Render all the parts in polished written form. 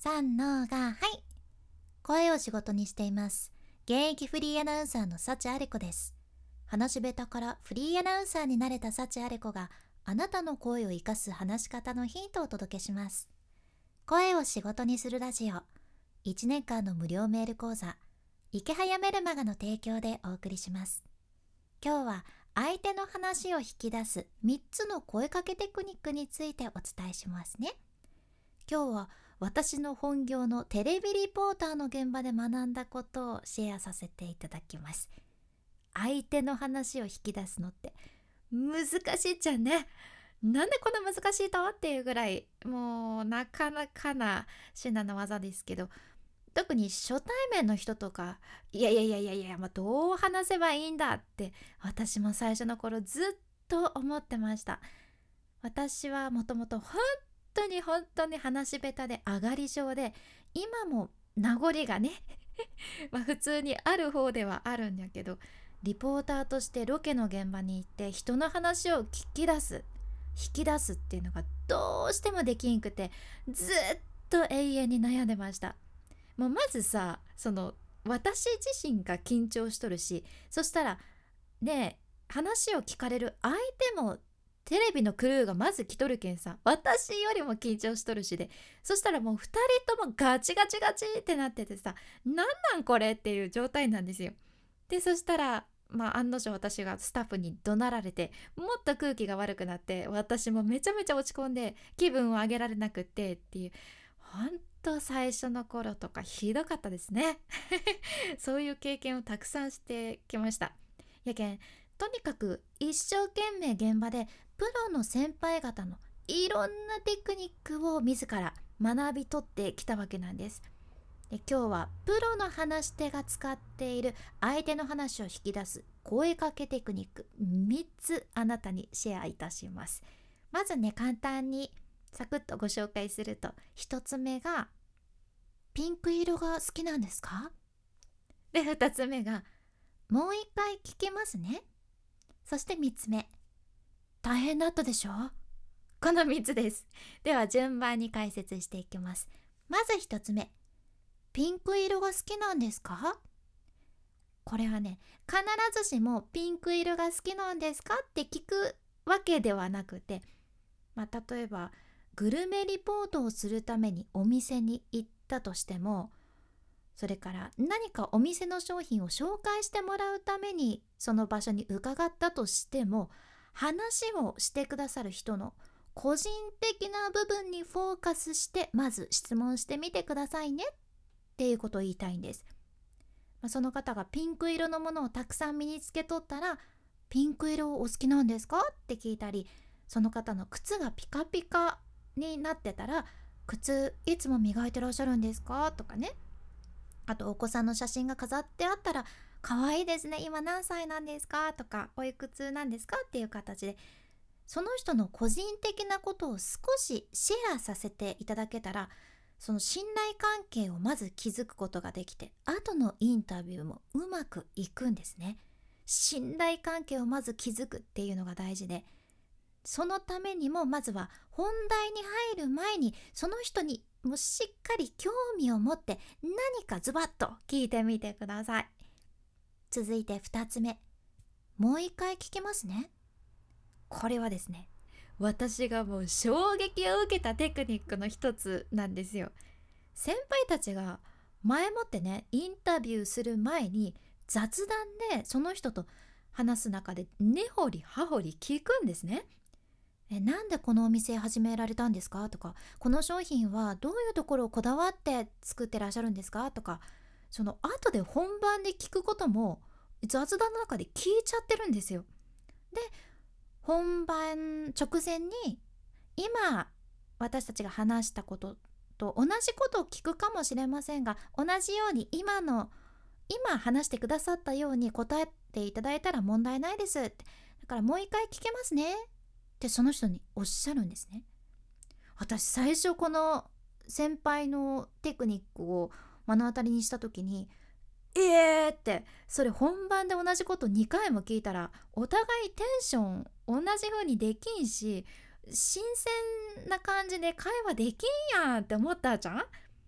三のがはい。声を仕事にしています。現役フリーアナウンサーの幸あれ子です。話し下手からフリーアナウンサーになれた幸あれ子があなたの声を生かす話し方のヒントをお届けします。声を仕事にするラジオ。1年間の無料メール講座。池早メルマガの提供でお送りします。今日は相手の話を引き出す3つの声かけテクニックについてお伝えしますね。今日は私の本業のテレビリポーターの現場で学んだことをシェアさせていただきます。相手の話を引き出すのって難しいじゃんね。なんでこんな難しいとっていうぐらいもうなかなかな至難の技ですけど、特に初対面の人とか、どう話せばいいんだって私も最初の頃ずっと思ってました。私はもともと本当に話し下手で上がり症で、今も名残がね普通にある方ではあるんだけど、リポーターとしてロケの現場に行って人の話を聞き出す引き出すっていうのがどうしてもできんくて、ずっと永遠に悩んでました。もうまずさ、私自身が緊張しとるし、そしたらね話を聞かれる相手もテレビのクルーがまず来とるけんさ、私よりも緊張しとるしで、そしたらもう2人ともガチガチガチってなっててさ、なんこれっていう状態なんですよ。でそしたら案の定私がスタッフに怒鳴られて、もっと空気が悪くなって、私もめちゃめちゃ落ち込んで気分を上げられなくってっていう、ほんと最初の頃とかひどかったですねそういう経験をたくさんしてきました。やけんとにかく一生懸命現場でプロの先輩方のいろんなテクニックを自ら学び取ってきたわけなんです。で今日はプロの話し手が使っている相手の話を引き出す声かけテクニック3つあなたにシェアいたします。まずね、簡単にサクッとご紹介すると、1つ目がピンク色が好きなんですか？で2つ目がもう一回聞きますね。そして3つ目、大変だったでしょ？この3つです。では順番に解説していきます。まず1つ目、ピンク色が好きなんですか？これはね、必ずしもピンク色が好きなんですかって聞くわけではなくて、例えばグルメリポートをするためにお店に行ったとしても、それから何かお店の商品を紹介してもらうためにその場所に伺ったとしても、話をしてくださる人の個人的な部分にフォーカスしてまず質問してみてくださいねっていうことを言いたいんです。その方がピンク色のものをたくさん身につけとったら、ピンク色お好きなんですかって聞いたり、その方の靴がピカピカになってたら、靴いつも磨いてらっしゃるんですかとかね。あとお子さんの写真が飾ってあったら、可愛いですね、今何歳なんですかとか、おいくつなんですかっていう形で、その人の個人的なことを少しシェアさせていただけたら、その信頼関係をまず築くことができて、後のインタビューもうまくいくんですね。信頼関係をまず築くっていうのが大事で、そのためにもまずは本題に入る前にその人にもうしっかり興味を持って何かズバッと聞いてみてください。続いて2つ目、もう一回聞きますね。これはですね、私がもう衝撃を受けたテクニックの一つなんですよ。先輩たちが前もってね、インタビューする前に雑談でその人と話す中で根掘り葉掘り聞くんですね。なんでこのお店始められたんですかとか、この商品はどういうところをこだわって作ってらっしゃるんですかとか、その後で本番で聞くことも雑談の中で聞いちゃってるんですよ。で本番直前に今私たちが話したことと同じことを聞くかもしれませんが、同じように今話してくださったように答えていただいたら問題ないですって、だからもう一回聞けますねってその人におっしゃるんですね。私最初この先輩のテクニックを目の当たりにした時に、ってそれ本番で同じこと2回も聞いたらお互いテンション同じ風にできんし、新鮮な感じで会話できんやんって思ったじゃん。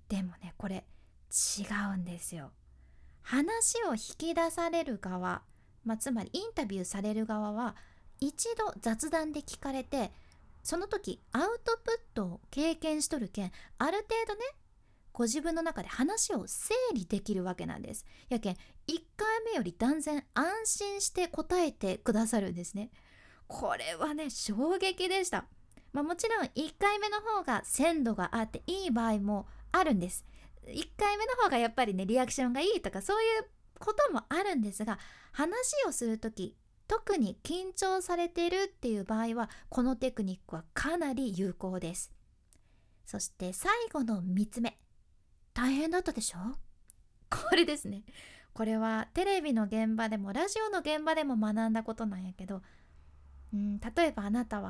でもね、これ違うんですよ。話を引き出される側、つまりインタビューされる側は一度雑談で聞かれて、その時アウトプットを経験しとるけん、ある程度ね、ご自分の中で話を整理できるわけなんです。やけん1回目より断然安心して答えてくださるんですね。これはね、衝撃でした。もちろん1回目の方が鮮度があっていい場合もあるんです。1回目の方がやっぱりね、リアクションがいいとかそういうこともあるんですが、話をするとき特に緊張されているっていう場合はこのテクニックはかなり有効です。そして最後の3つ目、大変だったでしょ？これですね。これはテレビの現場でもラジオの現場でも学んだことなんやけど、例えばあなたは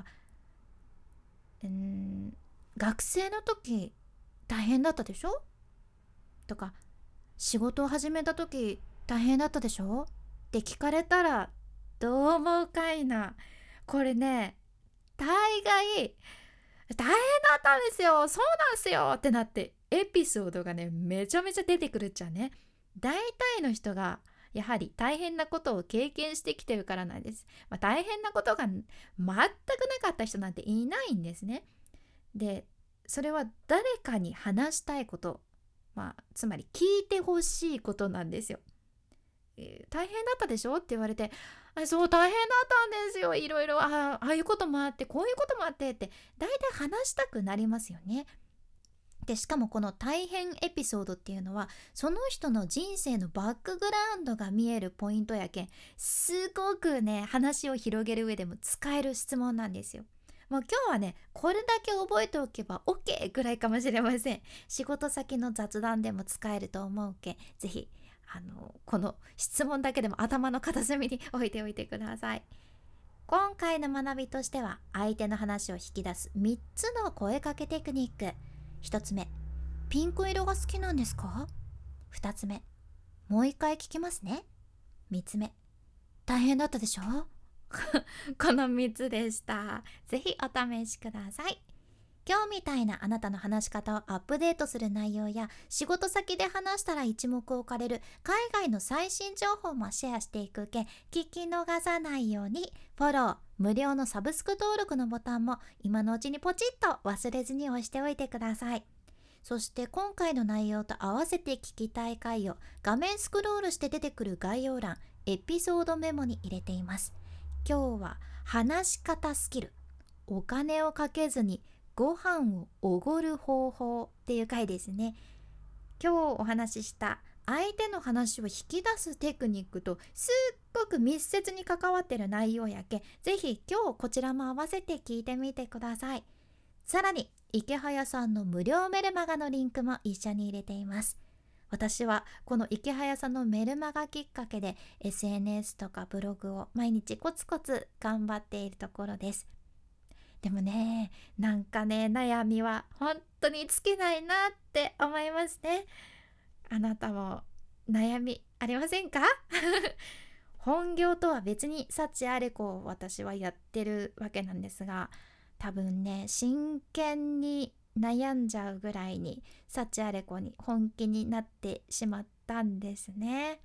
学生の時大変だったでしょとか、仕事を始めた時大変だったでしょって聞かれたらどう思うかいな。これね、大概大変だったんですよ、そうなんすよってなってエピソードがね、めちゃめちゃ出てくるっちゃね。大体の人がやはり大変なことを経験してきてるからなんです。大変なことが全くなかった人なんていないんですね。で、それは誰かに話したいこと、つまり聞いてほしいことなんですよ。大変だったでしょって言われて、そう大変だったんですよ、いろいろああいうこともあってこういうこともあってって大体話したくなりますよね。でしかもこの大変エピソードっていうのはその人の人生のバックグラウンドが見えるポイントやけん、すごくね、話を広げる上でも使える質問なんですよ。もう今日はね、これだけ覚えておけば OK ぐらいかもしれません。仕事先の雑談でも使えると思うけん、ぜひこの質問だけでも頭の片隅に置いておいてください。今回の学びとしては、相手の話を引き出す3つの声かけテクニック。1つ目、ピンク色が好きなんですか？ 2 つ目、もう一回聞きますね。3つ目、大変だったでしょ？この3つでした。ぜひお試しください。今日みたいなあなたの話し方をアップデートする内容や、仕事先で話したら一目置かれる海外の最新情報もシェアしていくけん、聞き逃さないようにフォロー、無料のサブスク登録のボタンも今のうちにポチッと忘れずに押しておいてください。そして今回の内容と合わせて聞きたい回を画面スクロールして出てくる概要欄、エピソードメモに入れています。今日は話し方スキル、お金をかけずにご飯をおごる方法っていう回ですね。今日お話しした相手の話を引き出すテクニックとすっごく密接に関わってる内容やけ、ぜひ今日こちらも合わせて聞いてみてください。さらに池早さんの無料メルマガのリンクも一緒に入れています。私はこの池早さんのメルマガきっかけで SNS とかブログを毎日コツコツ頑張っているところです。でもね、なんかね、悩みは本当に尽きないなって思いますね。あなたも悩みありませんか？本業とは別に幸あれ子を私はやってるわけなんですが、多分ね、真剣に悩んじゃうぐらいに幸あれ子に本気になってしまったんですね。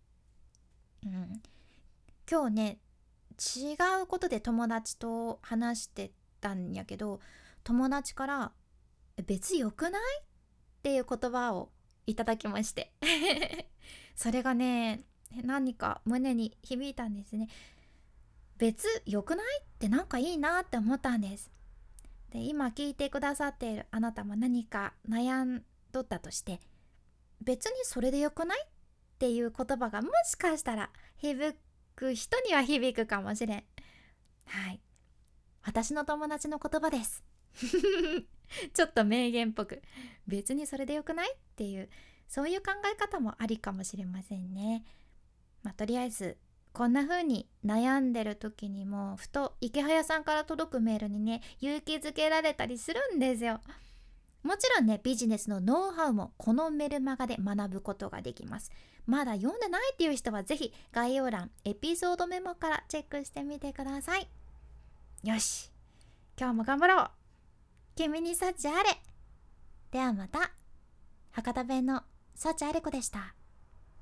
今日ね、違うことで友達と話してたんやけど、友達から別良くないっていう言葉をいただきましてそれがね、何か胸に響いたんですね。別良くないってなんかいいなって思ったんです。で、今聞いてくださっているあなたも何か悩んどったとして、別にそれで良くないっていう言葉がもしかしたら響く人には響くかもしれん。はい、私の友達の言葉ですちょっと名言っぽく、別にそれでよくないっていう、そういう考え方もありかもしれませんね。とりあえずこんな風に悩んでる時にもふと池早さんから届くメールにね、勇気づけられたりするんですよ。もちろんね、ビジネスのノウハウもこのメルマガで学ぶことができます。まだ読んでないっていう人はぜひ概要欄、エピソードメモからチェックしてみてください。よし、今日も頑張ろう。君に幸あれ。ではまた。 博多弁の幸あれ子でした。